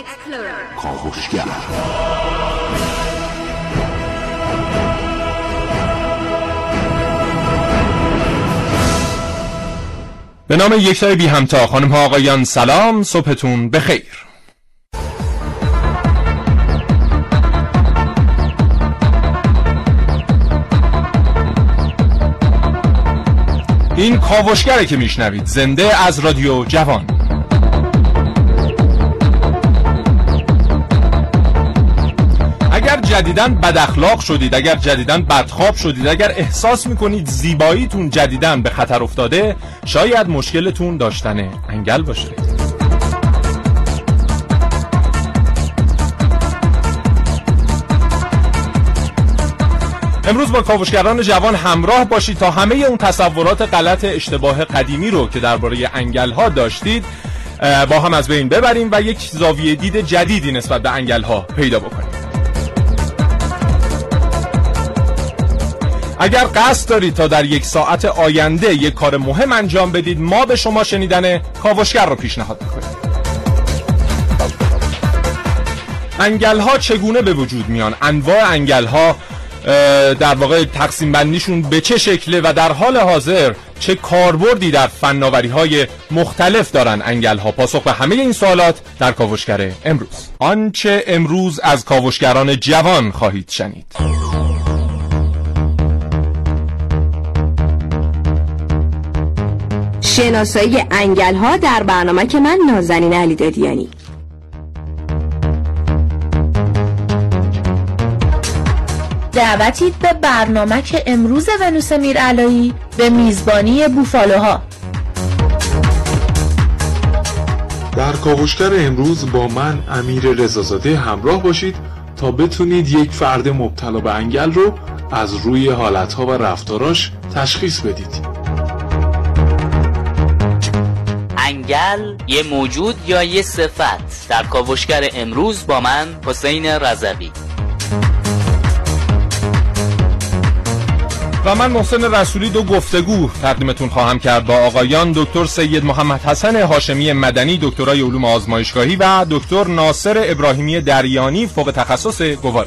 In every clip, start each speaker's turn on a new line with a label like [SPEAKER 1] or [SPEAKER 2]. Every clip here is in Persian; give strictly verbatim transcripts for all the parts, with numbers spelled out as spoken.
[SPEAKER 1] کاوشگر. به نام یکتای بی همتا. خانم ها آقایان سلام، صبحتون بخیر. این کاوشگره که میشنوید، زنده از رادیو جوان. اگر جدیداً بد اخلاق شدید، اگر جدیداً بدخواب شدید، اگر احساس میکنید زیباییتون جدیداً به خطر افتاده، شاید مشکلتون داشتن انگل باشه. امروز با کاوشگران جوان همراه باشید تا همه اون تصورات غلط اشتباه قدیمی رو که درباره انگل‌ها داشتید با هم از بین ببریم و یک زاویه دید جدیدی نسبت به انگل‌ها پیدا بکنیم. اگر قصد دارید تا در یک ساعت آینده یک کار مهم انجام بدید، ما به شما شنیدن کاوشگر رو پیشنهاد می‌کنیم. انگل‌ها چگونه به وجود میان؟ انواع انگل‌ها در واقع تقسیم بندیشون به چه شکله و در حال حاضر چه کاربردی در فناوری‌های مختلف دارن انگل‌ها؟ پاسخ به همه این سوالات در کاوشگر امروز. آنچه امروز از کاوشگران جوان خواهید شنید.
[SPEAKER 2] شناسایی انگل‌ها در برنامه که من نازنین علیدادیانی.
[SPEAKER 3] دعوتید به برنامه که امروز ونوس میرعلایی به میزبانی بوفالوها.
[SPEAKER 4] در کاوشگر امروز با من امیر رضازاده همراه باشید تا بتونید یک فرد مبتلا به انگل رو از روی حالتها و رفتاراش تشخیص بدید.
[SPEAKER 5] انگل یه موجود یا یه صفت؟ در کاوشگر امروز با من حسین رضوی
[SPEAKER 1] و من محسن رسولی دو گفتگو تقدیمتون خواهم کرد با آقایان دکتر سید محمد حسن هاشمی مدنی، دکترای علوم آزمایشگاهی و دکتر ناصر ابراهیمی دریانی، فوق تخصص گوارش.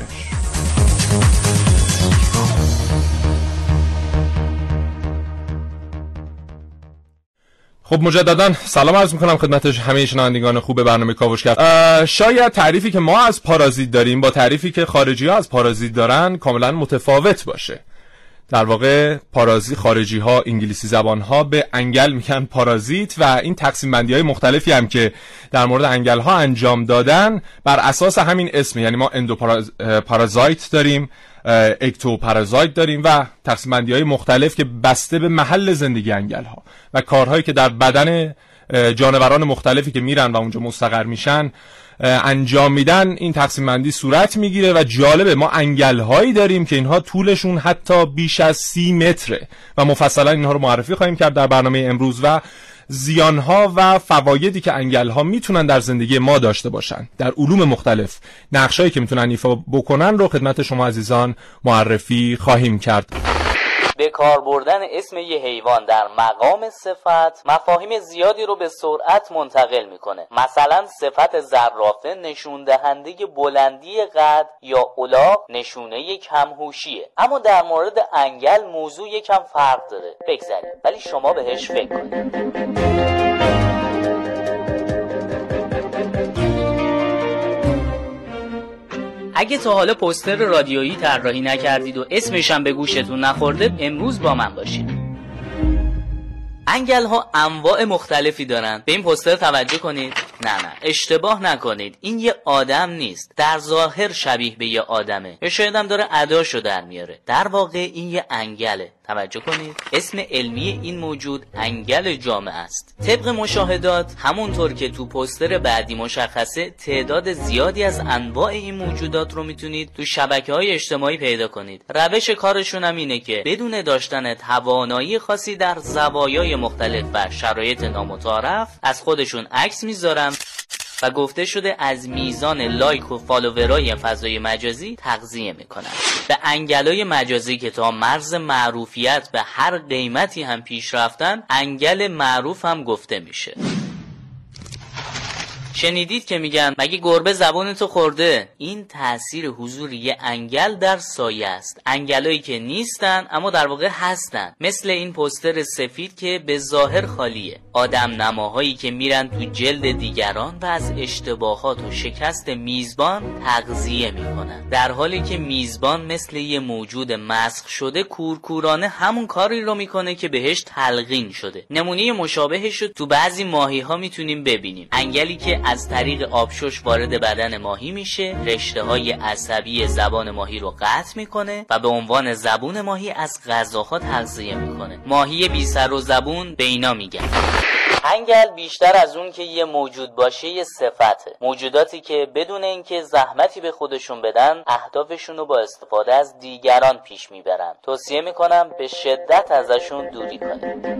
[SPEAKER 1] خب مجددا سلام عرض میکنم خدمت همه شنوندگان خوب برنامه کاوشگر. شاید تعریفی که ما از پارازیت داریم با تعریفی که خارجی‌ها از پارازیت دارن کاملا متفاوت باشه. در واقع پارازیت، خارجی ها انگلیسی زبان ها به انگل میگن پارازیت و این تقسیم بندی های مختلفی هم که در مورد انگل ها انجام دادن بر اساس همین اسم، یعنی ما اندوپارازایت داریم، اکتوپارازایت داریم و تقسیم بندی های مختلف که بسته به محل زندگی انگل ها و کارهایی که در بدن جانوران مختلفی که میرن و اونجا مستقر میشن انجام میدن، این تقسیم بندی صورت میگیره و جالبه ما انگل هایی داریم که اینها طولشون حتی بیش از سی متره و مفصلا اینها رو معرفی خواهیم کرد در برنامه امروز و زیانها و فوایدی که انگل ها میتونن در زندگی ما داشته باشن در علوم مختلف، نقشایی که میتونن ایفا بکنن رو خدمت شما عزیزان معرفی خواهیم کرد.
[SPEAKER 5] به کار بردن اسم یه حیوان در مقام صفت مفاهیم زیادی رو به سرعت منتقل میکنه. مثلا صفت زرافه نشون دهنده بلندی قد یا الاغ نشونه کمهوشیه. اما در مورد انگل موضوع یکم فرق داره. بگذاریم ولی شما بهش فکر کنید. اگه تا حالا پوستر رادیویی طراحی نکردید و اسمش هم به گوشتون نخورده، امروز با من باشید. انگل ها انواع مختلفی دارن. به این پوستر توجه کنید. نه نه اشتباه نکنید، این یه آدم نیست. در ظاهر شبیه به یه آدمه یا شاید هم داره اداشو در میاره. در واقع این یه انگله. توجه کنید، اسم علمی این موجود انگل جامع است. طبق مشاهدات همونطور که تو پوستر بعدی مشخصه، تعداد زیادی از انواع این موجودات رو میتونید تو شبکه‌های اجتماعی پیدا کنید. روش کارشون هم اینه که بدون داشتن توانایی خاصی در زوایای مختلف و شرایط نامتعارف از خودشون عکس میذارن و گفته شده از میزان لایک و فالوورای فضای مجازی تغذیه میکنن. به انگلای مجازی که تا مرز معروفیت به هر قیمتی هم پیش رفتن، انگل معروف هم گفته میشه. شنیدید که میگن مگه گربه زبونتو خورده؟ این تأثیر حضور یه انگل در سایه است. انگلایی که نیستن اما در واقع هستن، مثل این پوستر سفید که به ظاهر خالیه. آدم نماهایی که میرن تو جلد دیگران و از اشتباهات و شکست میزبان تغذیه میکنن، در حالی که میزبان مثل یه موجود مسخ شده کورکورانه همون کاری رو میکنه که بهش تلقین شده. نمونه مشابهش رو تو بعضی ماهی ها میتونیم ببینیم. انگلی که از طریق آبشش وارد بدن ماهی میشه، رشته های عصبی زبان ماهی رو قطع میکنه و به عنوان زبون ماهی از غذاها تغذیه میکنه. ماهی بی سر و زبون به اینا میگن. انگل بیشتر از اون که یه موجود باشه یه صفته. موجوداتی که بدون اینکه زحمتی به خودشون بدن اهدافشون رو با استفاده از دیگران پیش میبرن. توصیه میکنم به شدت ازشون دوری کنید.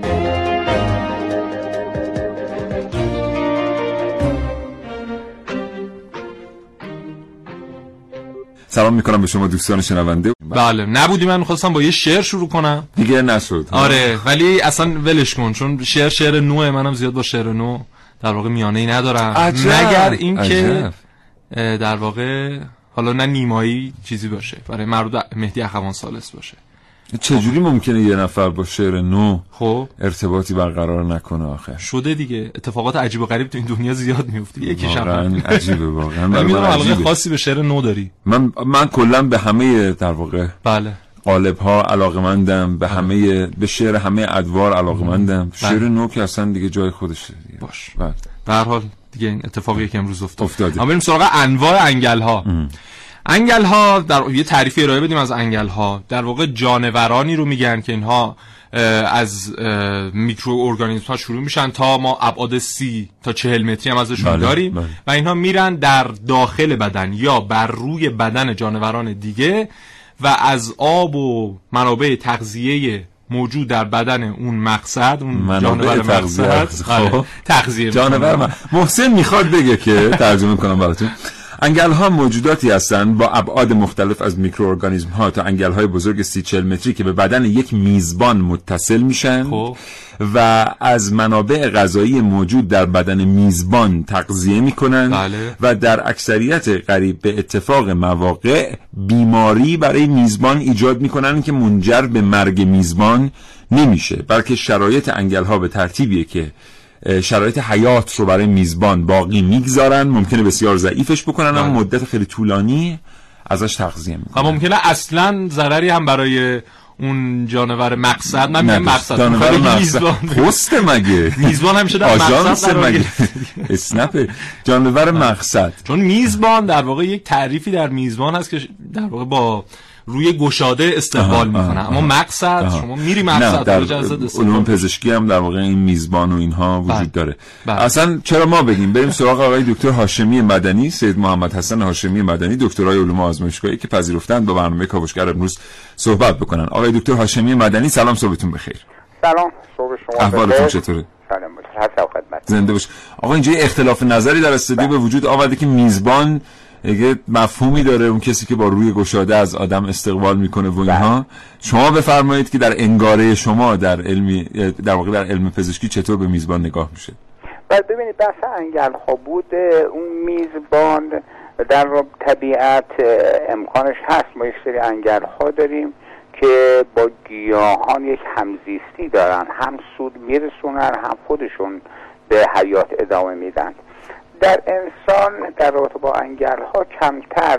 [SPEAKER 6] سلام میکنم به شما دوستان شنونده.
[SPEAKER 1] بله نبودی، من میخواستم با یه شعر شروع کنم
[SPEAKER 6] دیگه نشد.
[SPEAKER 1] آره ولی اصلا ولش کن، چون شعر شعر نوه، منم زیاد با شعر نو در واقع میانه‌ای ندارم.
[SPEAKER 6] عجب.
[SPEAKER 1] مگر این
[SPEAKER 6] عجب.
[SPEAKER 1] که در واقع حالا نه نیمایی چیزی باشه برای مربوط مهدی اخوان ثالث باشه.
[SPEAKER 6] چجوری ممکنه یه نفر با شعر نو
[SPEAKER 1] خب
[SPEAKER 6] ارتباطی برقرار نکنه؟ آخه
[SPEAKER 1] شده دیگه، اتفاقات عجیب و غریب تو این دنیا زیاد میفته. یکیش
[SPEAKER 6] واقعا عجیبه، واقعا
[SPEAKER 1] من میدونم علاقه
[SPEAKER 6] عجیبه.
[SPEAKER 1] خاصی به شعر نو داری.
[SPEAKER 6] من من کلا به همه در واقع
[SPEAKER 1] بله
[SPEAKER 6] قالب ها علاقه‌مندم، به همه به شعر همه ادوار علاقه‌مندم. شعر نو که اصلا دیگه جای خودشه دیگه.
[SPEAKER 1] باش.
[SPEAKER 6] بله.
[SPEAKER 1] به هر حال دیگه این اتفاقی که امروز افتاد.
[SPEAKER 6] افتاده.
[SPEAKER 1] اما بریم سراغ انواع انگل ها. انگل ها در یه تعریفی ارائه بدیم از انگل ها. در واقع جانورانی رو میگن که اینها از میکرو ارگانیسم ها شروع میشن تا ما ابعاد سی تا چهل متری هم ازشون
[SPEAKER 6] بله،
[SPEAKER 1] داریم
[SPEAKER 6] بله.
[SPEAKER 1] و اینها میرن در داخل بدن یا بر روی بدن جانوران دیگه و از آب و منابع تغذیه موجود در بدن اون مقصد، اون جانور مقصد
[SPEAKER 6] خب
[SPEAKER 1] تغذیه
[SPEAKER 6] جانور من. محسن میخواد بگه که ترجمه کنم براتون. انگل ها موجوداتی هستند با ابعاد مختلف از میکروارگانیسم ها تا انگل های بزرگ سی چهل متری که به بدن یک میزبان متصل میشن
[SPEAKER 1] خب.
[SPEAKER 6] و از منابع غذایی موجود در بدن میزبان تغذیه میکنن.
[SPEAKER 1] بله.
[SPEAKER 6] و در اکثریت قریب به اتفاق مواقع بیماری برای میزبان ایجاد میکنن که منجر به مرگ میزبان نمیشه، بلکه شرایط انگل ها به ترتیبیه که شرایط حیات رو برای میزبان باقی میگذارن. ممکنه بسیار ضعیفش بکنن اما مدت خیلی طولانی ازش تغذیه میکنن.
[SPEAKER 1] و ممکنه اصلا ضرری هم برای اون جانور مقصد، من میگم مقصد
[SPEAKER 6] جانور
[SPEAKER 1] میزبان
[SPEAKER 6] پست مگه
[SPEAKER 1] میزبان همیشه در مقصد
[SPEAKER 6] مگه اسنپ جانور مقصد، چون
[SPEAKER 1] میزبان در واقع یک تعریفی در میزبان هست که در واقع با روی گشاده استقبال میکنه، اما مقصد آها. شما میری مقصد
[SPEAKER 6] در علوم پزشکی هم در واقع این میزبان و اینها وجود بله. داره بله. اصلا چرا ما بگیم بریم سراغ آقای دکتر هاشمی مدنی، سید محمد حسن هاشمی مدنی، دکترای علوم آزمایشگاهی که پذیرفتند با برنامه کاوشگر امروز صحبت بکنن. آقای دکتر هاشمی مدنی سلام، صبحتون بخیر.
[SPEAKER 7] سلام، صبح شما
[SPEAKER 6] احوالتون چطوره؟
[SPEAKER 7] سلام باشه، هستم خدمت.
[SPEAKER 6] زنده باش. آقا اینجا اختلاف نظری در استودیو به وجود آورده که میزبان اگه مفهومی داره اون کسی که با روی گشاده از آدم استقبال میکنه و اینها. شما بفرمایید که در انگاره شما در علمی در واقع در علم پزشکی چطور به میزبان نگاه میشه؟
[SPEAKER 7] بعد ببینید بحث انگل ها بود، اون میزبان در طبیعت امکانش هست. ما یک سری انگل ها داریم که با گیاهان یک همزیستی دارن، هم سود میرسونن هم خودشون به حیات ادامه میدن. در انسان در رابطه با انگل ها کمتر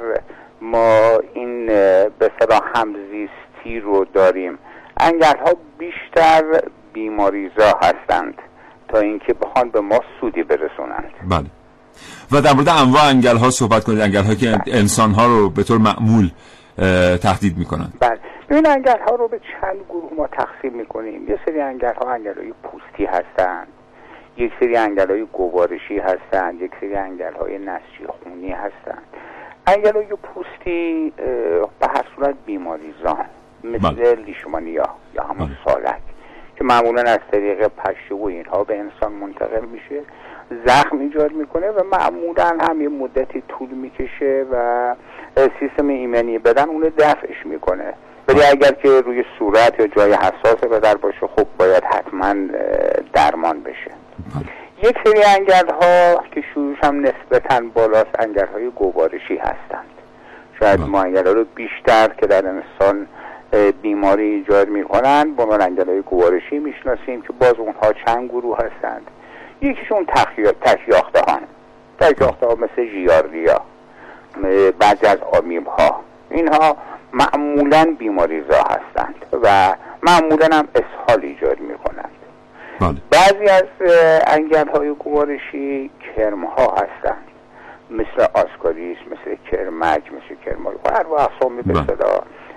[SPEAKER 7] ما این به اصطلاح همزیستی رو داریم. انگل ها بیشتر بیماریزا هستند تا اینکه بخوان به ما سودی برسونند.
[SPEAKER 6] بله. و در مورد انواع انگل ها صحبت کنید، انگل ها که انسان ها رو به طور معمول تهدید میکنند.
[SPEAKER 7] بله. این انگل ها رو به چند گروه ما تقسیم میکنیم. یه سری انگل ها انگل های پوستی هستند، یک سری انگل های گوارشی هستند، یک سری انگل های نسجی خونی هستند. انگل های پوستی به هر صورت بیماریزان مثل بله. لیشمانیا یا همون بله. سالک که معمولا از طریق پشه و اینها به انسان منتقل میشه، زخم ایجاد میکنه و معمولا هم یه مدتی طول میکشه و سیستم ایمنی بدن اون دفعش میکنه. ولی اگر که روی صورت یا جای حساس بدن باشه خب باید حتما درمان بشه. یک سری انگل ها که شیوعش هم نسبتاً بالاست انگل های گوارشی هستند. شاید ما انگل ها رو بیشتر که در انسان بیماری ایجاد میکنن با من انگل های گوارشی میشناسیم که باز اونها چند گروه هستند. یکیشون تکیاخته ها تکیاخته ها مثل ژیاردیا، بعضی از آمیب ها، اینها معمولاً بیماریزا هستند و معمولاً هم اسهال ایجاد میکنند. بعضی از انگل های گوارشی کرم ها هستند مثل آسکاریس، مثل کرمک، مثل کرمای هر و اقسامی به اصطلاح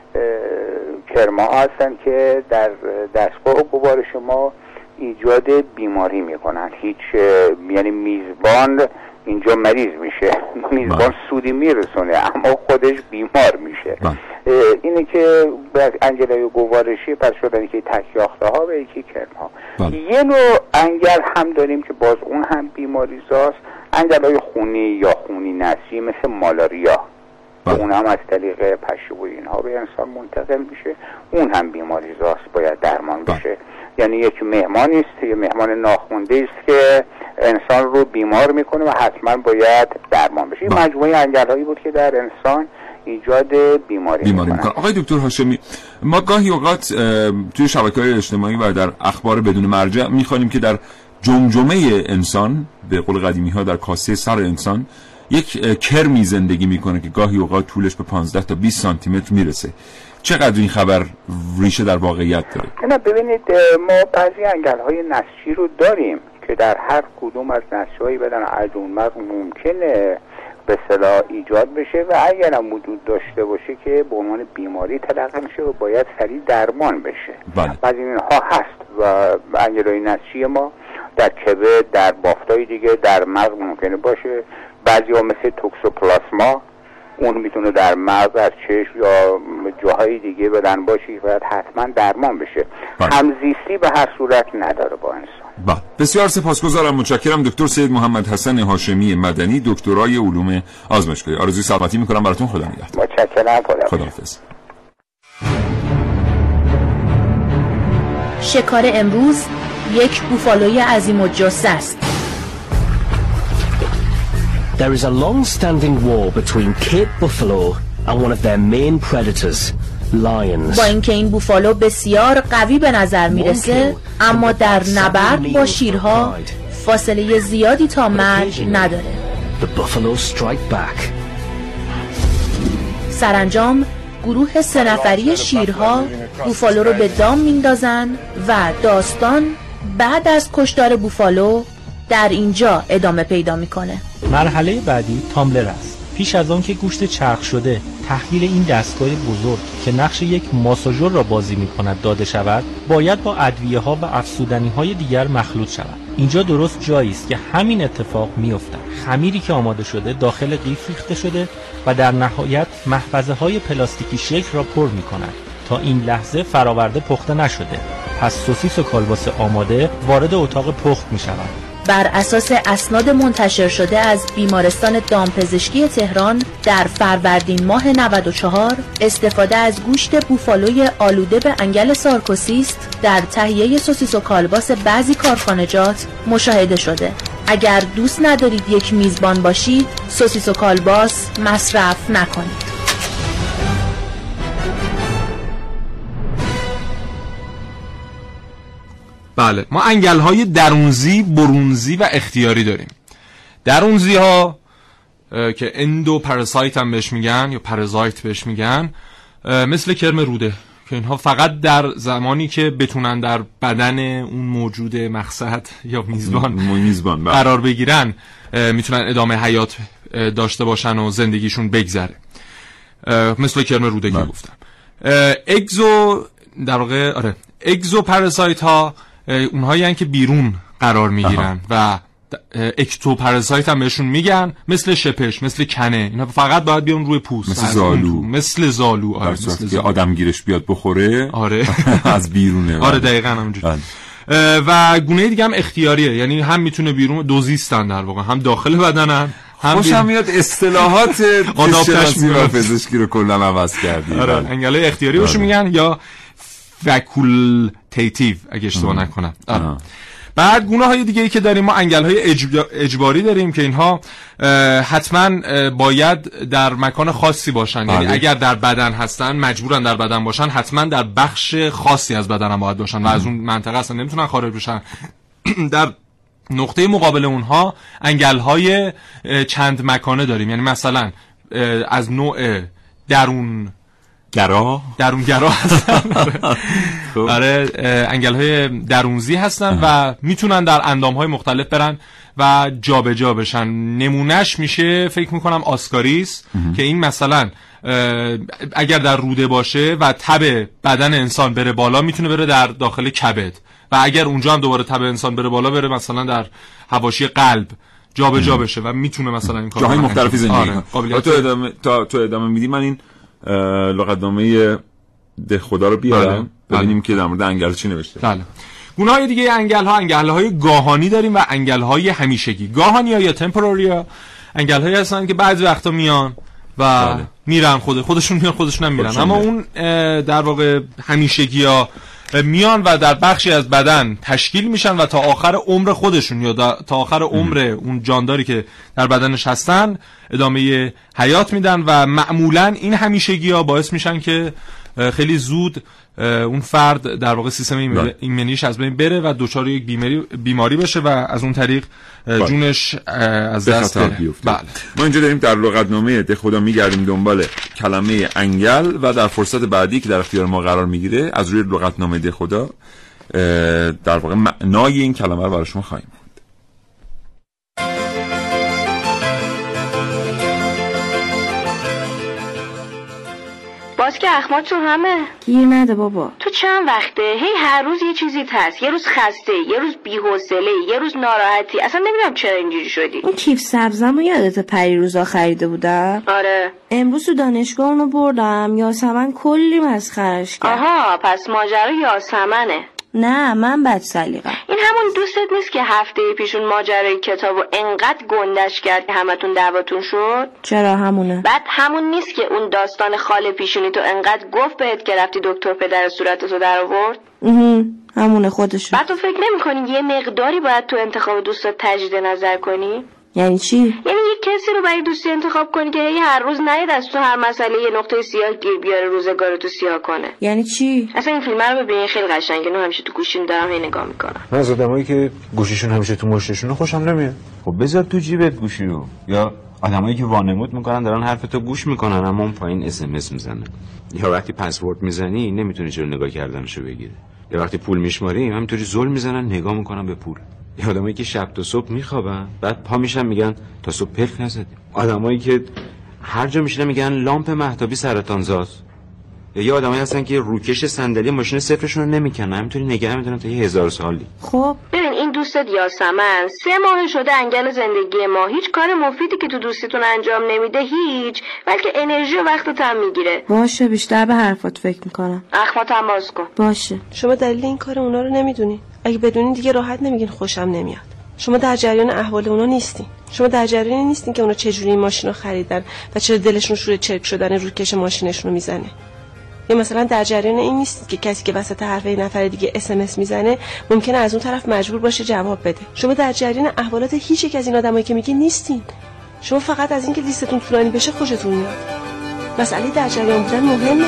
[SPEAKER 7] کرم ها هستند که در دستگاه گوارش ما ایجاد بیماری میکنند. هیچ یعنی میزبان اینجا مریض میشه، میزبان سودی میرسونه اما خودش بیمار میشه. اینه که انگل‌های گوارشی پس شدن که تکیاخته ها و یکی کرم ها. یه نوع انگل هم داریم که باز اون هم بیماریزاست، انگل‌های خونی یا خونی نسی مثل مالاریا، اون هم از طریق پشه‌بوی اینها به انسان منتقل میشه، اون هم بیماریزاست، باید درمان بشه. یعنی یک مهمانی است، یک مهمان ناخونده است که انسان رو بیمار میکنه و حتما باید درمان بشه. این مجموعه انگل‌هایی بود که در انسان ایجاد بیماری, بیماری میکنه.
[SPEAKER 6] آقای دکتر هاشمی، ما گاهی اوقات توی شبکه‌های اجتماعی و در اخبار بدون مرجع میخوانیم که در جمجمه انسان، به قول قدیمی‌ها در کاسه سر انسان، یک کرمی زندگی میکنه که گاهی اوقات طولش به پانزده تا بیست سانتی متر میرسه. چقدر این خبر ریشه در واقعیت داره؟
[SPEAKER 7] نه ببینید، ما بعضی انگل‌های نسجی رو داریم که در هر کدوم از نسج‌های بدن عجون مغز ممکنه به اصطلاح ایجاد بشه و اگر هم وجود داشته باشه که به عنوان بیماری تلقی میشه و باید سریع درمان بشه.
[SPEAKER 6] بله.
[SPEAKER 7] بعضی اینها هست و انگل‌های نسجی ما در کبد، در بافتای دیگه، در مغز ممکنه باشه. بعضی ها مثل توکسوپلاسما، اون میتونه در مغز، از چشم یا جاهای دیگه بدن باشه که باید حتما درمان بشه. همزیستی به هر صورت نداره با انسان.
[SPEAKER 6] با. بسیار سپاسگزارم، متشکرم. دکتر سید محمد حسن هاشمی مدنی، دکترای علوم آزمایشگاهی. آرزوی سلامتی میکنم براتون. خدا نگهدار.
[SPEAKER 7] متشکرم.
[SPEAKER 6] خداحافظ.
[SPEAKER 3] شکار امروز یک بوفالوی عظیم الجثه است.
[SPEAKER 8] There is a long-standing war between Cape Buffalo and one of their main predators, lions.
[SPEAKER 3] با اینکه این بوفالو بسیار قوی به نظر میرسه، اما در نبرد با شیرها فاصله زیادی تا مرگ نداره.
[SPEAKER 8] The buffalo strike back.
[SPEAKER 3] سرانجام گروه سه نفری شیرها بوفالو رو به دام میندازن و داستان بعد از کشتار بوفالو در اینجا ادامه پیدا میکنه.
[SPEAKER 9] مرحله بعدی تامبلر است. پیش از آن که گوشت چرخ شده تحویل این دستگاه بزرگ که نقش یک ماساژور را بازی میکند داده شود، باید با ادویه ها و افزودنی های دیگر مخلوط شود. اینجا درست جایی است که همین اتفاق میافتد. خمیری که آماده شده داخل قیف ریخته شده و در نهایت محفظه های پلاستیکی شکل را پر میکند تا این لحظه فراورده پخته نشده. پس سوسیس و کالباس آماده وارد اتاق پخت میشود.
[SPEAKER 3] بر اساس اسناد منتشر شده از بیمارستان دامپزشکی تهران در فروردین ماه نود و چهار، استفاده از گوشت بوفالوی آلوده به انگل سارکوسیست در تهیه سوسیس و کالباس بعضی کارخانجات مشاهده شده. اگر دوست ندارید یک میزبان باشید، سوسیس و کالباس مصرف نکنید.
[SPEAKER 1] بله، ما انگل‌های درونزی، برونزی و اختیاری داریم. درونزی ها که اندو پاراسایت هم بهش میگن یا پارازایت بهش میگن، مثل کرم روده که اینها فقط در زمانی که بتونن در بدن اون موجود مقصد یا میزبان, میزبان قرار بگیرن میتونن ادامه حیات داشته باشن و زندگیشون بگذره، مثل کرم روده که گفتم. اگزو در واقع آره اگزو پاراسایت ها اونهایی هن که بیرون قرار میگیرن و اکتو پاراسایت هم بهشون میگن، مثل شپش، مثل کنه. اینا فقط باید بیان روی پوست،
[SPEAKER 6] مثل زالو،
[SPEAKER 1] مثل زالو. آره،
[SPEAKER 6] مثل زالو. آدم گیرش بیاد بخوره.
[SPEAKER 1] آره
[SPEAKER 6] از بیرونه.
[SPEAKER 1] آره دقیقاً همونجوری. و گونه دیگه هم اختیاریه، یعنی هم میتونه بیرون، دوزیستن در واقع، هم داخل بدنن.
[SPEAKER 6] خوشم میاد اصطلاحات شناسی و پزشکی رو کلا عوض کردی.
[SPEAKER 1] آره، انگل‌های اختیاری بهشون میگن یا فاکولتیتیو اگه اشتباه نکنم. آره. بعد گونه های دیگه ای که داریم ما انگل های اجباری داریم که اینها حتما باید در مکان خاصی باشن. یعنی اگر در بدن هستن مجبورن در بدن باشن، حتما در بخش خاصی از بدن هم باید باشن و از اون منطقه اصلا نمیتونن خارج بشن. در نقطه مقابل اونها انگل های چند مکانه داریم، یعنی مثلا از نوع درون
[SPEAKER 6] گرا
[SPEAKER 1] درونگرا هستن آره انگل های درونزی هستن و میتونن در اندام های مختلف برن و جابجا جا بشن. نمونهش میشه فکر میکنم آسکاریس که این مثلا اگر در روده باشه و تب بدن انسان بره بالا میتونه بره در داخل کبد و اگر اونجا هم دوباره تب انسان بره بالا بره مثلا در حواشی قلب جابجا جا بشه و میتونه مثلا این کارو
[SPEAKER 6] جاهای مختلفی زندگی
[SPEAKER 1] کنه.
[SPEAKER 6] تو ادامه تا تو ادامه میدی من این لغتنامه ده خدا رو بیارم ببینیم که در مورد انگل چی نوشته.
[SPEAKER 1] بله. گونه‌های دیگه انگل ها انگل های گاهانی داریم و انگل های همیشگی. گاهانی ها یا تمپوراری ها انگل هایی هستن که بعضی وقتا میان و بله. میرن خود خودشون میان خودشون هم میرن خودشون اما میرن. اون در واقع همیشگی ها میان و در بخشی از بدن تشکیل میشن و تا آخر عمر خودشون یا تا آخر عمر اون جانداری که در بدنش هستن ادامه حیات میدن و معمولا این همیشگی ها باعث میشن که خیلی زود اون فرد در واقع سیستم ایمنیش از بین بره و دچار یک بیماری بیماری بشه و از اون طریق جونش از دست بره.
[SPEAKER 6] بله. ما اینجا داریم در لغتنامه ده خدا میگردیم دنبال کلمه انگل و در فرصت بعدی که در اختیار ما قرار میگیره از روی لغتنامه ده خدا در واقع معنای این کلمه رو برای شما خواهیم خوند.
[SPEAKER 10] باز که اخمات تو همه
[SPEAKER 2] گیر نده بابا.
[SPEAKER 10] تو چند وقته هی هر روز یه چیزی هست، یه روز خسته، یه روز بی‌حوصله، یه روز ناراحتی. اصلا نمیدونم چرا اینجوری شدی.
[SPEAKER 2] اون کیف سبزمو یادت پریروزا خریده بودم؟
[SPEAKER 10] آره.
[SPEAKER 2] امروز تو دانشگاه اونو بردم، یاسمن کلی مسخرش کرد.
[SPEAKER 10] آها پس ماجرا یاسمنه.
[SPEAKER 2] نه من بد سلیقه‌ام.
[SPEAKER 10] این همون دوستت نیست که هفته پیشون ماجرای کتابو انقدر گندش کرد که همتون دعواتون شد؟
[SPEAKER 2] چرا همونه؟
[SPEAKER 10] بعد همون نیست که اون داستان خاله پیشونی تو انقدر گفت بهت که رفتی دکتر پدر صورتتو در آورد؟
[SPEAKER 2] همونه خودشه.
[SPEAKER 10] بعد تو فکر نمی‌کنی یه مقداری باید تو انتخاب دوستات تجدید نظر کنی؟
[SPEAKER 2] یعنی چی؟
[SPEAKER 10] یعنی یه کسی رو برای دوستی انتخاب کنی که هی هر روز نیاد از تو هر مسئله یه نقطه سیاه گیر بیاره روزگارتو سیاه کنه.
[SPEAKER 2] یعنی چی؟
[SPEAKER 10] اصلا این فیلم رو ببین خیلی قشنگه. نه همیشه تو گوشیم دارم هی نگاه میکنم.
[SPEAKER 11] من از آدمایی که گوشیشون همیشه تو مشتشونه خوشم نمیاد. خب بذار تو جیبت گوشی رو. یا آدمایی که وانمود میکنن دارن حرفتو گوش میکنن اما اون پایین اس ام اس میزنن. یا وقتی پسورد میزنی نمیتونی چرا نگاه کردنشو بگیره. یا وقتی پول میشماری همینطوری زل میزنن نگاه میکنن به پول. یا آدمایی که شب تا صبح میخوابن بعد پا میشن میگن تا صبح پلک نزدیم. آدمایی که هر جا میشینن میگن لامپ مهتابی سرطان زاست. یا یه آدمایی هستن که روکش صندلی ماشین صفرشون رو نمیکنن همینطوری نگه میدونن تا یه هزار سالی.
[SPEAKER 2] خب
[SPEAKER 10] ببین این دوستت یاسمن سه ماه شده انگل زندگی ما هیچ کار مفیدی که تو دوستیتون انجام نمیده هیچ، بلکه انرژی و وقتت هم میگیره.
[SPEAKER 2] باشه بیشتر به حرفات فکر میکنم.
[SPEAKER 10] اخماتم باز کن.
[SPEAKER 2] باشه.
[SPEAKER 12] شما دلیل این کار اونا رو نمیدونین. اگه بدونین دیگه راحت نمیگین خوشم نمیاد. شما در جریان احوال اونا نیستین. شما در جریان نیستین که اونا چجوری این ماشینو خریدن و چرا دلشون شور چرک شدن روکش ماشینشون رو میزنه. یا مثلا در جریان این نیستید که کسی که وسط حرف یه نفر دیگه اس ام اس میزنه ممکنه از اون طرف مجبور باشه جواب بده. شما در جریان احوالات هیچ یک از این آدمایی که میگین نیستین. شما فقط از اینکه لیستتون طولانی بشه خوشتون میاد. مسئله در جریان بودن مهمه.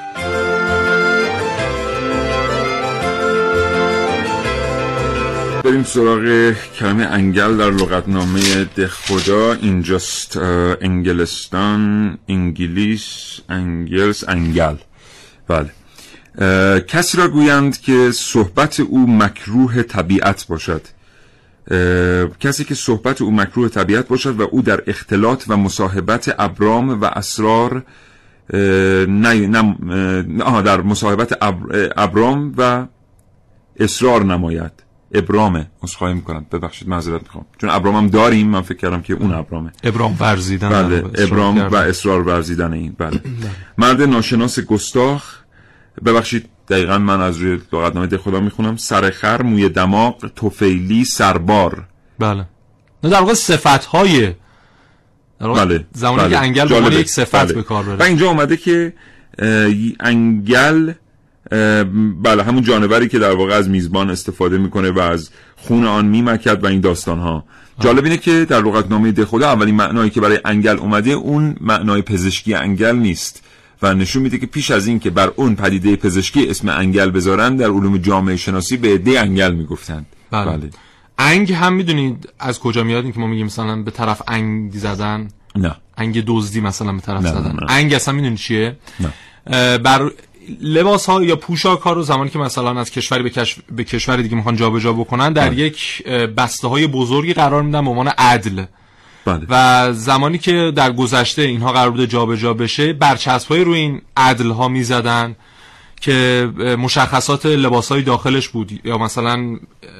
[SPEAKER 6] بریم سراغ کلمه انگل در لغتنامه ده خدا. اینجاست انگلستان، انگلیس، انگلس، انگل. بله. کسی را گویند که صحبت او مکروه طبیعت باشد. کسی که صحبت او مکروه طبیعت باشد و او در اختلاط و مصاحبت ابرام و اسرار نه نه در مصاحبت ابرام و اسرار نماید. ابرامه اصخایی میکنم ببخشید معذرت میخوام چون ابرام هم داریم من فکر کردم که اون ابرامه.
[SPEAKER 1] ابرام ورزیدن.
[SPEAKER 6] بله ابرام و اصرار ورزیدن این. بله. مرد ناشناس گستاخ. ببخشید دقیقا من از روی لغتنامه ده خدا میخونم. سرخر، موی دماغ، طفیلی، سربار.
[SPEAKER 1] بله. نه در واقع صفت‌های
[SPEAKER 6] بله.
[SPEAKER 1] زمانی
[SPEAKER 6] بله.
[SPEAKER 1] که انگل به یک صفت به کار بره.
[SPEAKER 6] و اینجا اومده که انگل بله همون جانوری که در واقع از میزبان استفاده میکنه و از خون آن میمکد و این داستان ها. جالب اینه که در لغتنامه دهخدا اولین معنایی که برای انگل اومده اون معنای پزشکی انگل نیست و نشون میده که پیش از این که بر اون پدیده پزشکی اسم انگل بذارن در علوم جامعه شناسی به عده انگل میگفتن.
[SPEAKER 1] بله. بله. انگ هم میدونید از کجا میاد؟ این که ما میگیم مثلا به طرف انگ زدن،
[SPEAKER 6] نه
[SPEAKER 1] انگ دزدی مثلا به طرف
[SPEAKER 6] نه
[SPEAKER 1] زدن.
[SPEAKER 6] نه نه.
[SPEAKER 1] انگ اصلا میدونید چیه؟
[SPEAKER 6] نه.
[SPEAKER 1] بر لباس ها یا پوشاک ها رو زمانی که مثلا از کشوری به, کش... به کشور دیگه میخوان جابجا بکنن در بله. یک بسته های بزرگی قرار میدن به عنوان عدل.
[SPEAKER 6] بله.
[SPEAKER 1] و زمانی که در گذشته اینها قرار بوده جابجا بشه برچسب های روی این عدل ها میزدن که مشخصات لباس های داخلش بود یا مثلا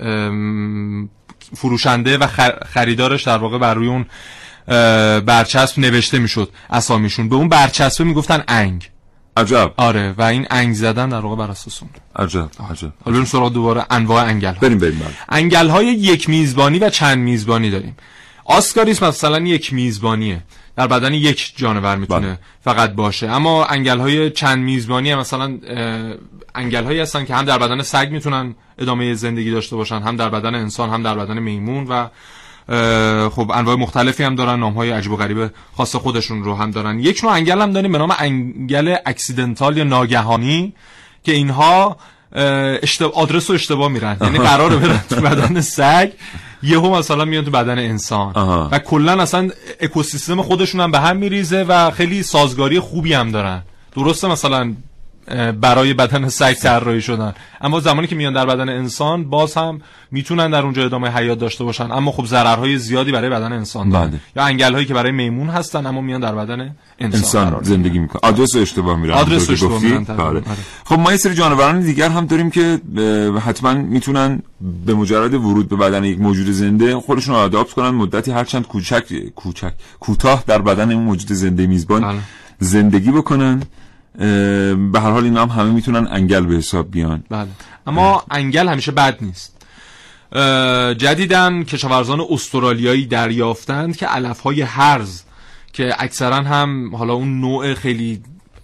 [SPEAKER 1] فروشنده و خریدارش در واقع بر روی اون برچسب نوشته میشد اسامیشون. به اون برچسب میگفتن انگ.
[SPEAKER 6] عجب.
[SPEAKER 1] آره و این انگ زدن در واقع بر اساس اون.
[SPEAKER 6] عجب عجب.
[SPEAKER 1] حالا بریم سراغ دوباره انواع انگل ها.
[SPEAKER 6] بریم بریم.
[SPEAKER 1] انگل های یک میزبانی و چند میزبانی داریم. آسکاریسم مثلا یک میزبانیه، در بدن یک جانور میتونه بله. فقط باشه. اما انگل های چند میزبانی هم مثلا انگل هایی هستن که هم در بدن سگ میتونن ادامه زندگی داشته باشن، هم در بدن انسان، هم در بدن میمون و خب انواع مختلفی هم دارن، نام‌های عجیب و غریب خاص خودشون رو هم دارن. یک نوع انگل هم داریم به نام انگل اکسیدنتال یا ناگهانی که اینها اشتباه آدرس رو اشتباه میرن، یعنی قراره برن تو بدن سگ یهو مثلا میان تو بدن انسان آها. و کلا اصلا اکوسیستم خودشون هم به هم میریزه و خیلی سازگاری خوبی هم دارن. درسته مثلا برای بدن سگ طراحی شدن اما زمانی که میان در بدن انسان باز هم میتونن در اونجا ادامه حیات داشته باشن اما خب ضررهای زیادی برای بدن انسان دارن. بله. یا انگل هایی که برای میمون هستن اما میان در بدن انسان, انسان زندگی
[SPEAKER 6] میکنن. آدرس اشتباه میرن.
[SPEAKER 1] آدرس اشتباه میرن.
[SPEAKER 6] بله. خب ما یه سری جانوران دیگر هم داریم که حتما میتونن به مجرد ورود به بدن یک موجود زنده خودشون رو آداپت کنن، مدتی هرچند کوچک کوچک کوتاه در بدن اون موجود زنده میزبان بله. زندگی بکنن. به هر حال اینا هم همه میتونن انگل به حساب بیان.
[SPEAKER 1] بله. اما انگل همیشه بد نیست. جدیداً کشاورزان استرالیایی دریافتند که علف‌های هرز که اکثرا هم حالا اون نوع خیلی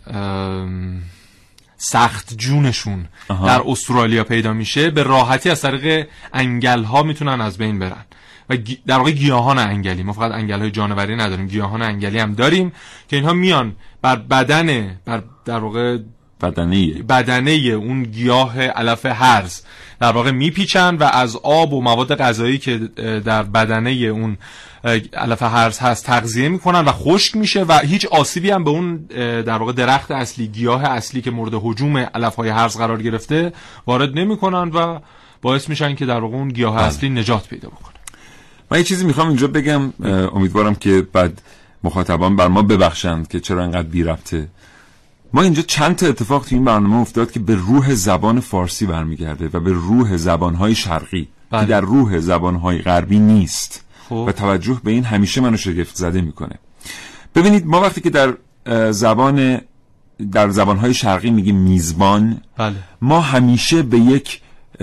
[SPEAKER 1] سخت جونشون آها. در استرالیا پیدا میشه به راحتی از طریق انگل ها میتونن از بین برن و در واقع گیاهان انگلی، ما فقط انگل های جانوری نداریم، گیاهان انگلی هم داریم که اینها میان بر بدن بر در واقع
[SPEAKER 6] بدنه
[SPEAKER 1] بدنه اون گیاه علف هرز در واقع میپیچن و از آب و مواد غذایی که در بدنه اون علف هرز هست تغذیه میکنن و خشک میشه و هیچ آسیبی هم به اون در واقع درخت اصلی، گیاه اصلی که مورد هجوم علف های هرز قرار گرفته وارد نمیکنن و باعث میشن که در واقع اون گیاه بله. اصلی نجات پیدا بکنه.
[SPEAKER 6] من یه چیزی میخوام اینجا بگم، امیدوارم که بعد مخاطبان بر ما ببخشند که چرا انقدر بی ربطه. ما اینجا چند تا اتفاق تو این برنامه افتاد که به روح زبان فارسی برمیگرده و به روح زبانهای شرقی بله. که در روح زبانهای غربی نیست خوب. و توجه به این همیشه منو شگفت زده میکنه. ببینید ما وقتی که در زبان در زبانهای شرقی میگیم میزبان بله. ما همیشه به یک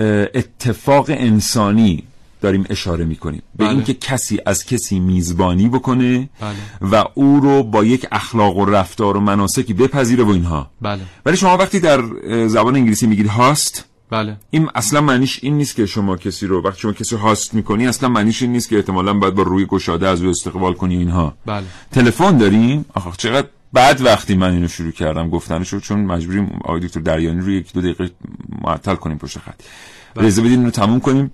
[SPEAKER 6] اتفاق انسانی داریم اشاره میکنیم به بله. اینکه کسی از کسی میزبانی بکنه بله. و او رو با یک اخلاق و رفتار و مناسکی بپذیره و اینها
[SPEAKER 1] بله.
[SPEAKER 6] ولی شما وقتی در زبان انگلیسی میگید هاست
[SPEAKER 1] بله.
[SPEAKER 6] این اصلا معنیش این نیست که شما کسی رو وقتی شما کسی هاست میکنی اصلا معنیش این نیست که احتمالاً باید با روی گشاده از او استقبال کنی اینها
[SPEAKER 1] بله.
[SPEAKER 6] تلفن داریم آخه چقدر بعد وقتی من اینو شروع کردم گفتنشو چون مجبوریم آقای دکتر دریانی رو یک دو دقیقه معطل کنیم پشت خط بله. اجازه بدین اینو تموم کنیم.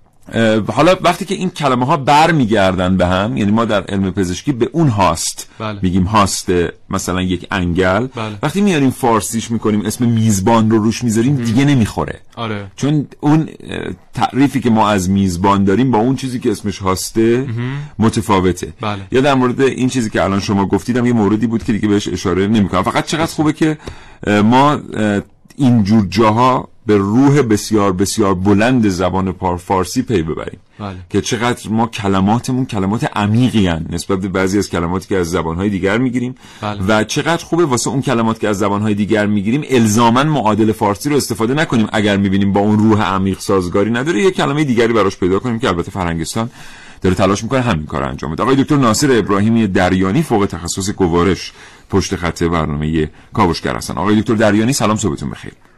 [SPEAKER 6] حالا وقتی که این کلمه ها بر میگردن به هم، یعنی ما در علم پزشکی به اون هاست
[SPEAKER 1] بله.
[SPEAKER 6] میگیم هاست مثلا یک انگل
[SPEAKER 1] بله.
[SPEAKER 6] وقتی میاریم فارسیش میکنیم اسم میزبان رو روش میذاریم دیگه نمیخوره
[SPEAKER 1] آره.
[SPEAKER 6] چون اون تعریفی که ما از میزبان داریم با اون چیزی که اسمش هاسته متفاوته
[SPEAKER 1] بله.
[SPEAKER 6] یا در مورد این چیزی که الان شما گفتیدم یه موردی بود که دیگه بهش اشاره نمیکنم. فقط چقدر خوبه که ما اینجور جاها به روح بسیار بسیار بلند زبان فارسی پی ببریم
[SPEAKER 1] بله.
[SPEAKER 6] که چقدر ما کلماتمون کلمات عمیقی هن نسبت به بعضی از کلماتی که از زبانهای دیگر میگیریم
[SPEAKER 1] بله.
[SPEAKER 6] و چقدر خوبه واسه اون کلمات که از زبانهای دیگر میگیریم الزاماً معادل فارسی رو استفاده نکنیم اگر میبینیم با اون روح عمیق سازگاری نداره یه کلمه دیگری براش پیدا کنیم که البته فرهنگستان داره تلاش میکنه همین کارو انجام بده. آقای دکتر ناصر ابراهیمی دریانی فوق تخصص گوارش پشت خط برنامه کاوشگر هستن. آقای دکتر دریانی سلام، صبحتون بخیر.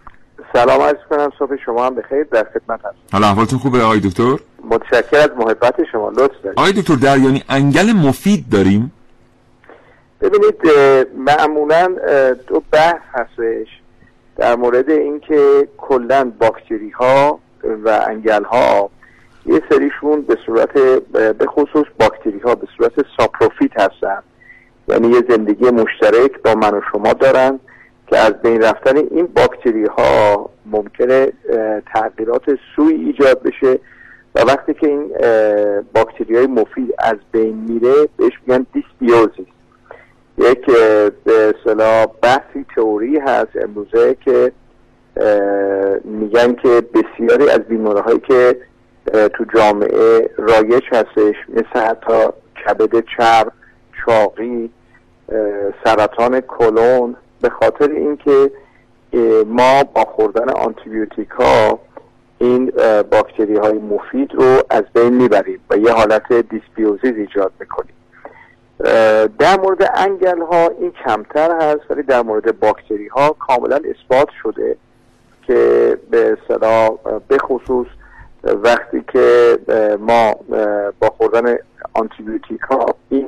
[SPEAKER 7] سلام عرض کنم، صبح شما هم بخیر، در خدمت هستم.
[SPEAKER 6] حالا احوالتون خوبه آقای دکتر؟
[SPEAKER 7] متشکرم از محبت شما، لطف دارید.
[SPEAKER 6] آقای دکتر دریانی، انگل مفید داریم؟
[SPEAKER 7] ببینید معمولا دو بحث هستش در مورد اینکه کلا باکتری ها و انگل ها یه سریشون به صورت به خصوص باکتری ها به صورت ساپروفیت هستن، یعنی یه زندگی مشترک با من و شما دارن که از بین رفتن این باکتری ها ممکنه تغییرات سوی ایجاد بشه و وقتی که این باکتری های مفید از بین میره بهش میگن دیسبیوزیس. یک به اصطلاح بحثی تئوری هست امروزه که میگن که بسیاری از بیماری‌هایی که تو جامعه رایج هستش مثل حتی کبد چرب، چاقی، سرطان کلون، به خاطر اینکه ما با خوردن آنتیبیوتیک ها این باکتری های مفید رو از بین میبریم و یه حالت دیسبیوزیس ایجاد میکنیم. در مورد انگل ها این کمتر هست، ولی در مورد باکتری ها کاملا اثبات شده که به اصطلاح به خصوص وقتی که ما با خوردن آنتیبیوتیک ها این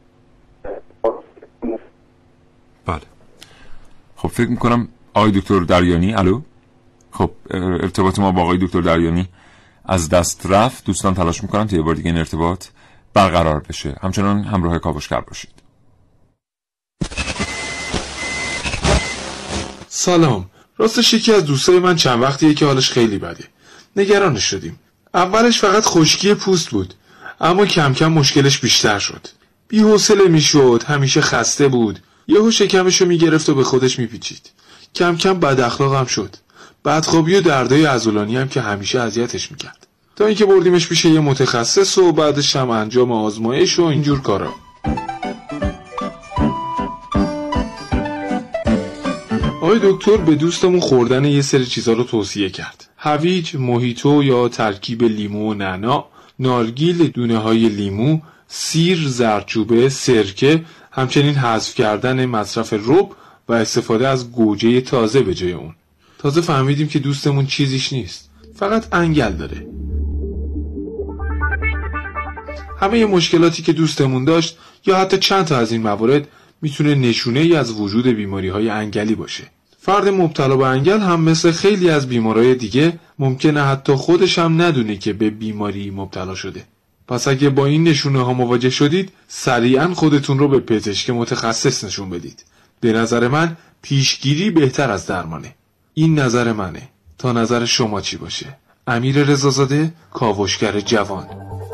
[SPEAKER 6] بله. خب فکر میکنم آقای دکتر دریانی، الو، خب ارتباط ما با آقای دکتر دریانی از دست رفت. دوستان تلاش میکنن تا یه بار دیگه این ارتباط برقرار بشه. همچنان همراه کاوشگر باشید.
[SPEAKER 4] سلام. راستش یکی از دوستای من چند وقتیه که حالش خیلی بده. نگرانش شدیم. اولش فقط خشکی پوست بود، اما کم کم مشکلش بیشتر شد. بی‌حوصله میشد، همیشه خسته بود. یهو شکمشو میگرفت و به خودش میپیچید. کم کم بد اخلاق هم شد. بدخوابی و دردای عضلانی هم که همیشه اذیتش میکرد. تا اینکه بردیمش پیش یه متخصص و بعدش هم انجام آزمایش و اینجور کارا. آقای دکتر به دوستمون خوردن یه سری چیزا رو توصیه کرد. هویج، موهیتو یا ترکیب لیمو و نعنا، نارگیل، دونه های لیمو، سیر، زردچوبه، سرکه، همچنین حذف کردن مصرف رب و استفاده از گوجه تازه به جای اون. تازه فهمیدیم که دوستمون چیزیش نیست، فقط انگل داره. همه مشکلاتی که دوستمون داشت یا حتی چند تا از این موارد میتونه نشونه ای از وجود بیماری های انگلی باشه. فرد مبتلا به انگل هم مثل خیلی از بیمارای دیگه ممکنه حتی خودش هم ندونه که به بیماری مبتلا شده. پس اگه با این نشونه ها مواجه شدید، سریعا خودتون رو به پزشک متخصص نشون بدید. به نظر من پیشگیری بهتر از درمانه. این نظر منه. تا نظر شما چی باشه؟ امیر رضازاده، کاوشگر جوان.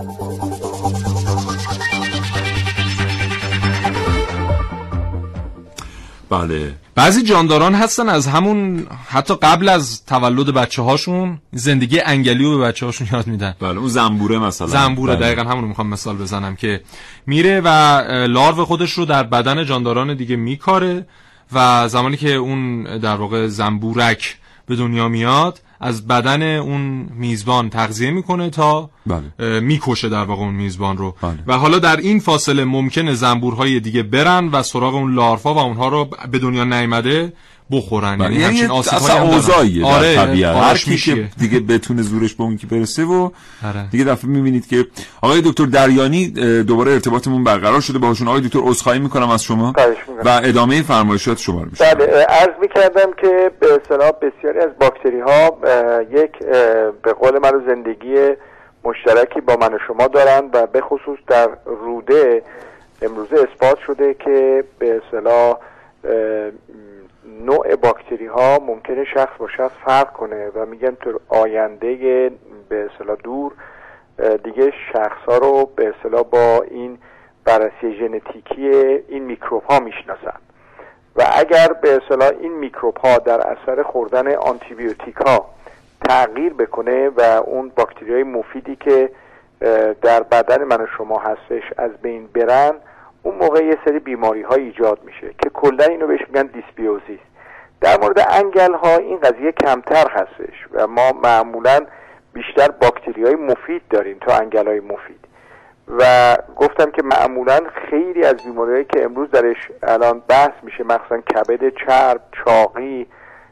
[SPEAKER 6] بله.
[SPEAKER 1] بعضی جانداران هستن از همون حتی قبل از تولد بچه هاشون زندگی انگلی رو به بچه هاشون یاد میدن.
[SPEAKER 6] بله، اون زنبوره مثلا.
[SPEAKER 1] زنبوره،
[SPEAKER 6] بله.
[SPEAKER 1] دقیقا همون رو میخوام مثال بزنم که میره و لارو خودش رو در بدن جانداران دیگه میکاره و زمانی که اون در واقع زنبورک به دنیا میاد از بدن اون میزبان تغذیه میکنه تا
[SPEAKER 6] بله.
[SPEAKER 1] میکشه در واقع اون میزبان رو.
[SPEAKER 6] بله.
[SPEAKER 1] و حالا در این فاصله ممکنه زنبورهای دیگه برن و سراغ اون لارفا و اونها رو به دنیا نیامده بخورن.
[SPEAKER 6] بله.
[SPEAKER 1] یعنی همچین آسیب‌هایی هم
[SPEAKER 6] اوضاعیه در
[SPEAKER 1] آره
[SPEAKER 6] طبیعت. هر کی
[SPEAKER 1] میشه.
[SPEAKER 6] که دیگه بتونه زورش به اون که برسه و
[SPEAKER 1] آره.
[SPEAKER 6] دیگه دفعه میبینید که آقای دکتر دریانی دوباره ارتباطمون برقرار شده باهاشون. آقای دکتر عذرخواهی میکنم از شما و ادامه فرمایشات شما رو میشم.
[SPEAKER 7] بله، عرض میکردم که به اصطلاح بسیاری از باکتری ها یک به قول من زندگی مشترکی با من و شما دارن و به خصوص در روده امروزه اثبات شده که به اصطلاح نوع باکتری ها ممکنه شخص با شخص فرق کنه و میگن تو آینده به اصطلاح دور دیگه شخص ها رو به اصطلاح با این بررسی ژنتیکی این میکروب ها میشناسن و اگر به اصطلاح این میکروب ها در اثر خوردن آنتیبیوتیک ها تغییر بکنه و اون باکتری های مفیدی که در بدن من و شما هستش از بین برن، اون موقع یه سری بیماری ها ایجاد میشه که کلا اینو بهش میگن دیسبیوزیس. در مورد انگل ها این قضیه کمتر هستش و ما معمولا بیشتر باکتری های مفید داریم تا انگل های مفید و گفتم که معمولا خیلی از بیماری هایی که امروز درش الان بحث میشه، مثلا کبد چرب، چاقی،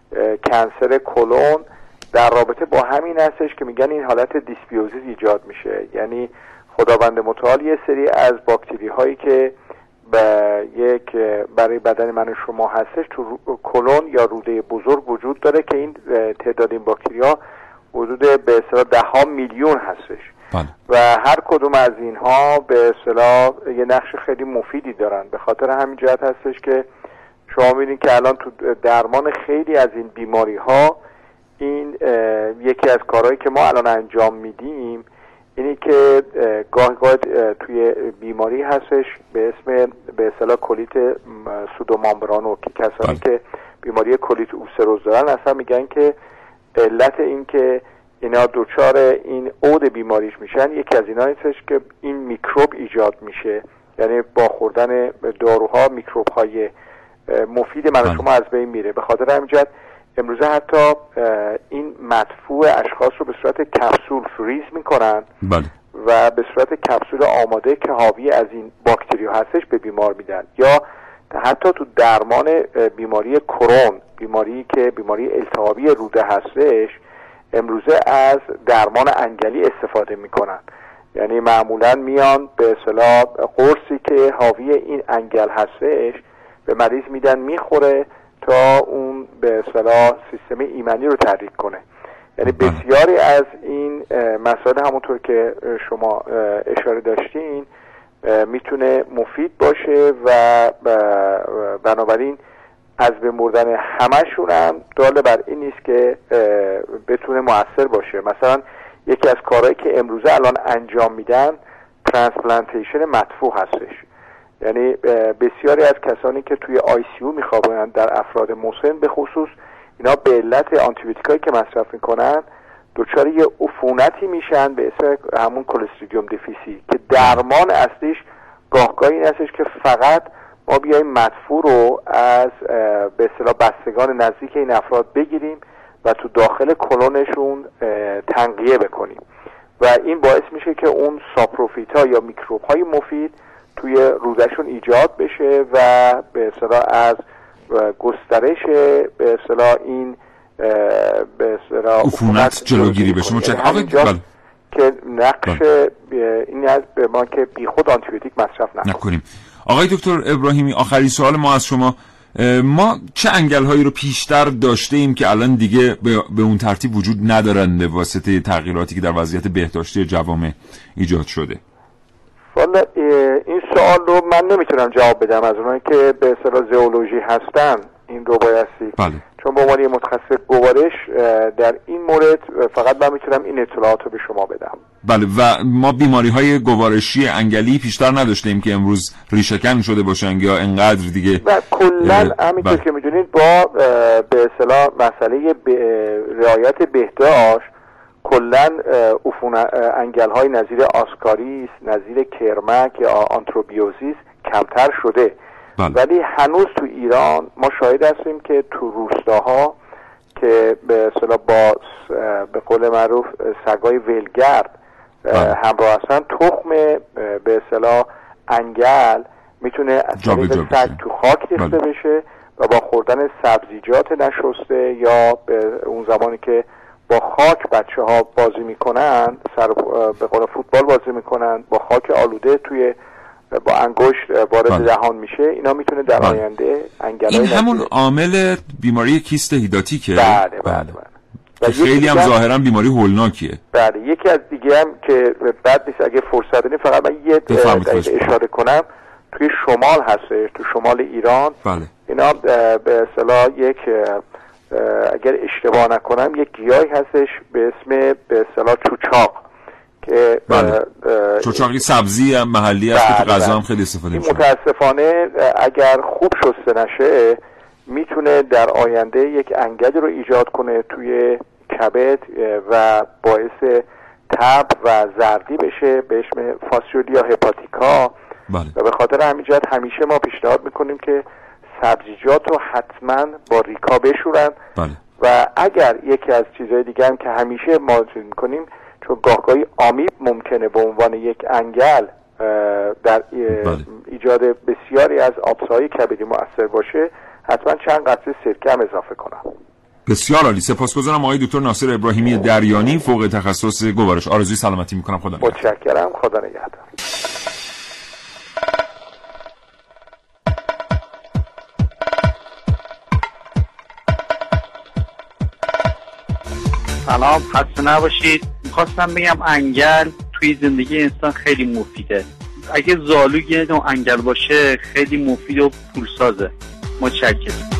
[SPEAKER 7] کنسر کلون در رابطه با همین هستش که میگن این حالت دیسبیوزیس ایجاد میشه. یعنی خداوند متعال یه سری از باکتری هایی که به یک برای بدن من و شما هستش تو کلون یا روده بزرگ وجود داره که این تعداد این باکتری ها حدود به اصطلاح ده ها میلیون هستش.
[SPEAKER 6] بله.
[SPEAKER 7] و هر کدوم از اینها به اصطلاح یه نقش خیلی مفیدی دارن. به خاطر همین جهت هستش که شما می‌بینید که الان تو درمان خیلی از این بیماری ها این یکی از کارهایی که ما الان انجام میدیم اینی که گاه گاه توی بیماری هستش به اسم به اصطلاح کولیت سودومامبرانو که کسانی که بیماری کولیت اوسروز دارن اصلا میگن که علت این که اینا دوچار این عود بیماریش میشن یکی از اینا هستش که این میکروب ایجاد میشه. یعنی با خوردن داروها میکروب های مفید من شما از بین میره. به خاطر همین جهت امروزه حتی این مدفوع اشخاص رو به صورت کپسول فریز میکنن
[SPEAKER 6] بله.
[SPEAKER 7] و به صورت کپسول آماده که حاوی از این باکتری هستش به بیمار میدن. یا حتی تو درمان بیماری کرون، بیماری که بیماری التهابی روده هستش، امروزه از درمان انگلی استفاده میکنن. یعنی معمولا میان به اصطلاح قرصی که حاوی این انگل هستش به مریض میدن میخوره تا اون به اصطلاح سیستم ایمنی رو تحریک کنه. یعنی بسیاری از این مسائل همونطور که شما اشاره داشتین میتونه مفید باشه و بنابراین از به مردن همشون هم داله بر این نیست که بتونه مؤثر باشه. مثلا یکی از کارهایی که امروزه الان انجام میدن ترانسپلانتیشن مدفوع هستش. یعنی بسیاری از کسانی که توی آی سی یو میخوابند در افراد مسن به خصوص اینا به علت آنتیبیوتیکایی که مصرف میکنن دچار یه عفونتی میشن به اسم همون کلستریدیوم دیفیسی که درمان اصلیش گاهگاهی این هستش که فقط ما بیایم مدفوع رو از به اصطلاح بستگان نزدیک این افراد بگیریم و تو داخل کلونشون تنقیه بکنیم و این باعث میشه که اون ساپروفیتا یا میکروب های مفید توی رودشون ایجاد بشه و به اصطلاح از گسترش به اصطلاح این به اصطلاح
[SPEAKER 6] عفونت جلوگیری بشه.
[SPEAKER 7] یعنی که نقش این از به ما که بیخود آنتیبیوتیک مصرف نکنیم.
[SPEAKER 6] نکنیم. آقای دکتر ابراهیمی، آخرین سوال ما از شما، ما چه انگل‌هایی رو پیشتر داشته ایم که الان دیگه به اون ترتیب وجود ندارن به واسطه تغییراتی که در وضعیت بهداشتی جوامع ایجاد شده؟
[SPEAKER 7] والا این سوال رو من نمیتونم جواب بدم از اونایی که به اصطلاح زئولوژی هستن این رو بایستی.
[SPEAKER 6] بله.
[SPEAKER 7] چون به عنوان متخصص گوارش در این مورد فقط من میتونم این اطلاعات رو به شما بدم.
[SPEAKER 6] بله. و ما بیماری های گوارشی انگلی پیشتر نداشتیم که امروز ریشه‌کن شده باشن یا انقدر دیگه.
[SPEAKER 7] و کلا همینطور که میدونید با به اصطلاح مسئله رعایت بهداشت کلا عفون انگل های نظیر آسکاریس، نظیر کرمک یا آنتروبیوزیس کمتر شده.
[SPEAKER 6] بله.
[SPEAKER 7] ولی هنوز تو ایران ما شاهد هستیم که تو روستاها که به اصطلاح با به قول معروف سگای ولگرد بله. همراه هستن، تخم به اصطلاح انگل میتونه از طریق سگ تو خاک ریخته بله. بشه و با خوردن سبزیجات نشسته یا به اون زمانی که با خاک بچه ها بازی میکنن، سر به قول فوتبال بازی میکنن، با خاک آلوده توی با انگشت وارد بله. دهان میشه، اینا میتونه در بله. آینده انگلای
[SPEAKER 6] این همون عامل بیماری کیست هیداتیکه.
[SPEAKER 7] بله بله, بله.
[SPEAKER 6] بله. خیلی هم ظاهرا بیماری هولناکیه.
[SPEAKER 7] بله. یکی از دیگه هم که بعد نیست اگه فرصت بدین فقط من یه دقیقه اشاره کنم، توی شمال هستش، تو شمال ایران
[SPEAKER 6] بله.
[SPEAKER 7] اینا به اصطلاح یک اگر اشتباه نکنم یک گیاهی هستش به اسم به اصطلاح چوچاق که
[SPEAKER 6] بله. چوچاقی سبزی هم محلی است که تو غذا هم خیلی استفاده میشه.
[SPEAKER 7] متاسفانه اگر خوب شسته نشه میتونه در آینده یک انگلی رو ایجاد کنه توی کبد و باعث تب و زردی بشه به اسم فاسیولیا هپاتیکا.
[SPEAKER 6] بله.
[SPEAKER 7] و به خاطر همین جهت همیشه ما پیشنهاد میکنیم که سبزیجات رو حتما با ریکا بشورن.
[SPEAKER 6] بله.
[SPEAKER 7] و اگر یکی از چیزهای دیگه هم که همیشه ما چیز میکنیم، چون گاهگاهی آمیب ممکنه به عنوان یک انگل در
[SPEAKER 6] بله.
[SPEAKER 7] ایجاد بسیاری از آبسه‌های کبدی مؤثر باشه، حتما چند قطره سرکه هم اضافه کنم.
[SPEAKER 6] بسیار عالی، سپاسگزارم آقای دکتر ناصر ابراهیمی دریانی، فوق تخصص گوارش. آرزوی سلامتی میکنم. خدا نگهدار.
[SPEAKER 7] متشکرم. خدا نگهدار.
[SPEAKER 13] سلام، خسته نباشید. میخواستم بگم انگل توی زندگی انسان خیلی مفیده. اگه زالو یه نوع انگل باشه خیلی مفید و پولسازه. متشکرم.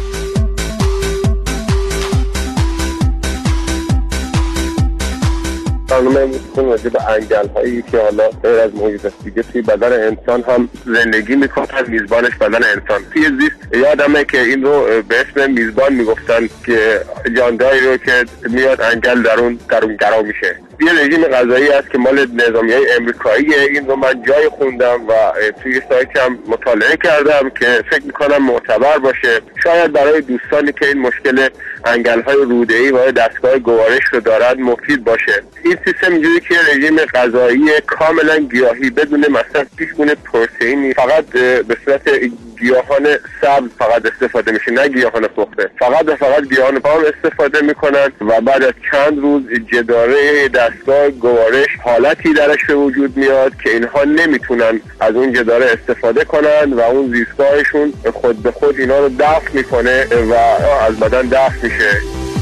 [SPEAKER 14] برنامه میتون راجع به انگل هایی که حالا غیر از محیط دیگه توی بدن انسان هم زندگی میکنن، میزبانش بدن انسان. توی زیست یادمه که این رو به اسم میزبان میگفتن که جانداری رو که میاد انگل درون درون گرا میشه. یه رژیم غذایی هست که مال نظامیای امریکاییه. این رو من جای خوندم و توی سایت هم مطالعه کردم که فکر میکنم معتبر باشه. شاید برای دوستانی که این مشکل انگل‌های روده‌ای و دستگاه گوارش رو دارن مفید باشه. این سیستم اینجوری که رژیم غذایی کاملا گیاهی بدون مصرف هیچ گونه پروتئینی، فقط به صورت گیاهان سبز فقط استفاده میشه، نه گیاهان پخته. فقط و فقط گیاهان پام استفاده میکنن و بعد از چند روز جداره دستگاه گوارش حالتی درش به وجود میاد که اینها نمیتونن از اون جداره استفاده کنن و اون زیستگاهشون خود به خود اینا رو دفع میکنه و از بدن دفع میشه.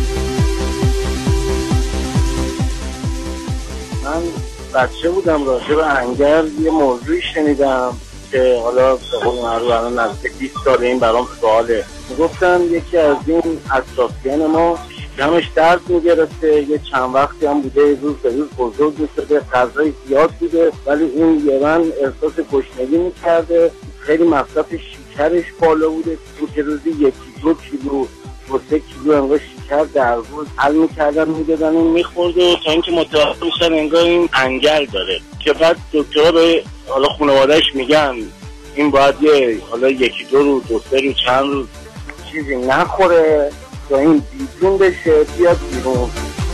[SPEAKER 15] من بچه بودم راجع به انگل یه موضوعی شنیدم که حالا به قول معروف الان نزدیک بیست سال این برام سواله. میگفتن یکی از این اطرافیان ما شکمش درد میگرفته، یه چند وقتی هم بوده روز به روز بزرگ میشده، غذای زیاد بوده ولی این یه من احساس گشنگی میکرده، خیلی مصرف شکرش بالا بوده، که روزی یکی دو کیلو دو سه کیلو انگار شکر در روز حل میکردن میدادن این میخورده تا اینکه متوجه میشن انگار این انگل داره. که بعد دکترها به حالا خانواده‌اش میگن این باید یه حالا یکی دو روز دو سه روز چند روز چیزی نخوره تا این بیرون بشه بیاد بیرون.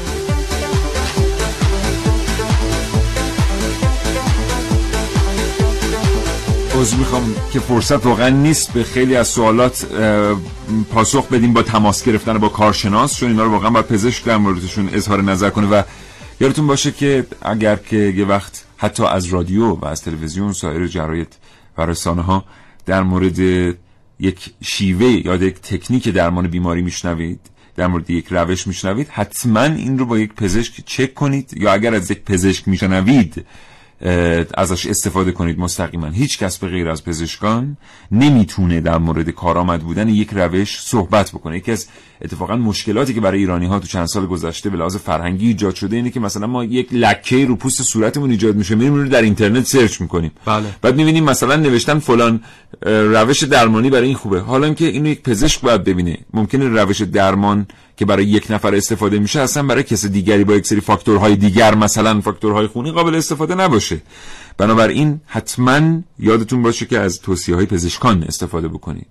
[SPEAKER 6] عذر میخوام که فرصت واقعا نیست به خیلی از سوالات پاسخ بدیم با تماس گرفتن با کارشناس، چون اینا رو واقعا باید پزشک در موردشون اظهار نظر کنه. و یادتون باشه که اگر که یه وقت حتی از رادیو و از تلویزیون سایر جراید و رسانه ها در مورد یک شیوه یا یک تکنیک درمان بیماری میشنوید، در مورد یک روش میشنوید، حتما این رو با یک پزشک چک کنید، یا اگر از یک پزشک میشنوید ازش استفاده کنید مستقیما. هیچ کس به غیر از پزشکان نمیتونه در مورد کارآمد بودن یک روش صحبت بکنه. یکی از اتفاقا مشکلاتی که برای ایرانی ها تو چند سال گذشته به لحاظ فرهنگی ایجاد شده اینه که مثلا ما یک لکه رو پوست صورتمون ایجاد میشه، میریم رو در اینترنت سرچ میکنیم،
[SPEAKER 1] بله.
[SPEAKER 6] بعد میبینیم مثلا نوشتن فلان روش درمانی برای این خوبه، حالا اینکه اینو یک پزشک باید ببینه. ممکنه روش درمان که برای یک نفر استفاده میشه اصلا برای کس دیگری با یک سری فاکتورهای دیگر، مثلا فاکتورهای خونی، قابل استفاده نباشه. بنابراین حتما یادتون باشه که از توصیه‌های پزشکان استفاده بکنید.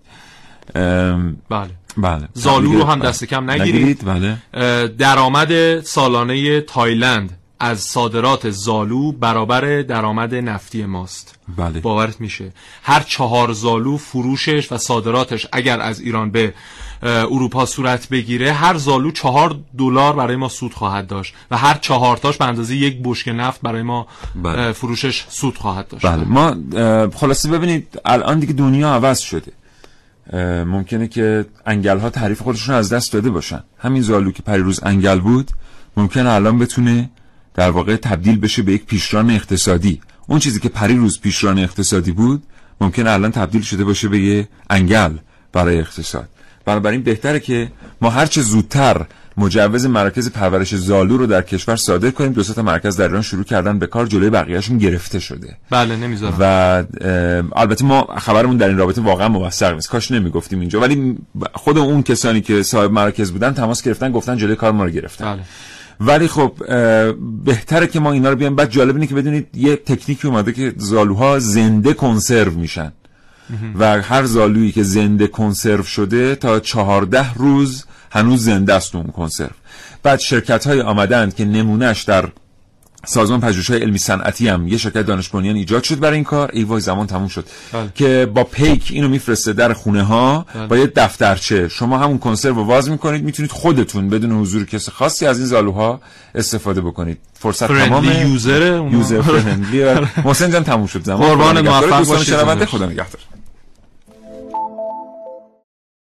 [SPEAKER 1] بله
[SPEAKER 6] بله.
[SPEAKER 1] زالو رو هم دست کم نگیرید.
[SPEAKER 6] بله.
[SPEAKER 1] درآمد سالانه تایلند از صادرات زالو برابر درآمد نفتی ماست.
[SPEAKER 6] بله.
[SPEAKER 1] باورت میشه هر چهار زالو فروشش و صادراتش اگر از ایران به اروپا صورت بگیره، هر زالو چهار دلار برای ما سود خواهد داشت و هر چهار تاش به اندازه یک بشکه نفت برای ما بله. فروشش سود خواهد داشت.
[SPEAKER 6] بله. ما خلاصه ببینید الان دیگه دنیا عوض شده. ممکنه که انگل ها تعریف خودشون از دست داده باشن. همین زالو که پریروز انگل بود ممکنه الان بتونه در واقع تبدیل بشه به یک پیشران اقتصادی. اون چیزی که پریروز پیشران اقتصادی بود ممکنه الان تبدیل شده باشه به یه انگل برای اقتصاد. بنابراین بهتره که ما هر چه زودتر مجوز مراکز پرورش زالو رو در کشور صادر کنیم. دو سه تا مرکز در ایران شروع کردن به کار، جلوی بقیه‌شون گرفته شده.
[SPEAKER 1] بله نمیذارم.
[SPEAKER 6] و البته ما خبرمون در این رابطه واقعا موثق نیست، کاش نمیگفتیم اینجا، ولی خود اون کسانی که صاحب مراکز بودن تماس گرفتن، گفتن جلوی کار ما رو گرفتن.
[SPEAKER 1] بله.
[SPEAKER 6] ولی خب بهتره که ما اینا رو بیایم. بعد جالب اینه که بدونید یه تکنیکی اومده که زالوها زنده کنسرو میشن و هر زالویی که زنده کنسرو شده تا چهارده روز هنوز زنده است اون کنسرو. بعد شرکت های آمدند که نمونهش در سازمان پژوهش‌های علمی صنعتی هم یه شرکت دانش بنیان ایجاد شد برای این کار. ای وای زمان تموم شد. بله. که با پیک اینو میفرسته در خونه ها. بله. با یه دفترچه شما همون کنسرو رو واز میکنید، میتونید خودتون بدون حضور کسی خاصی از این زالوها استفاده بکنید. فرصت تمامه.
[SPEAKER 1] یوزر
[SPEAKER 6] یوزر فرندلی. محسن جان تموم شد زمان.
[SPEAKER 1] قربان موفق باشید.
[SPEAKER 6] خدا نگهدار.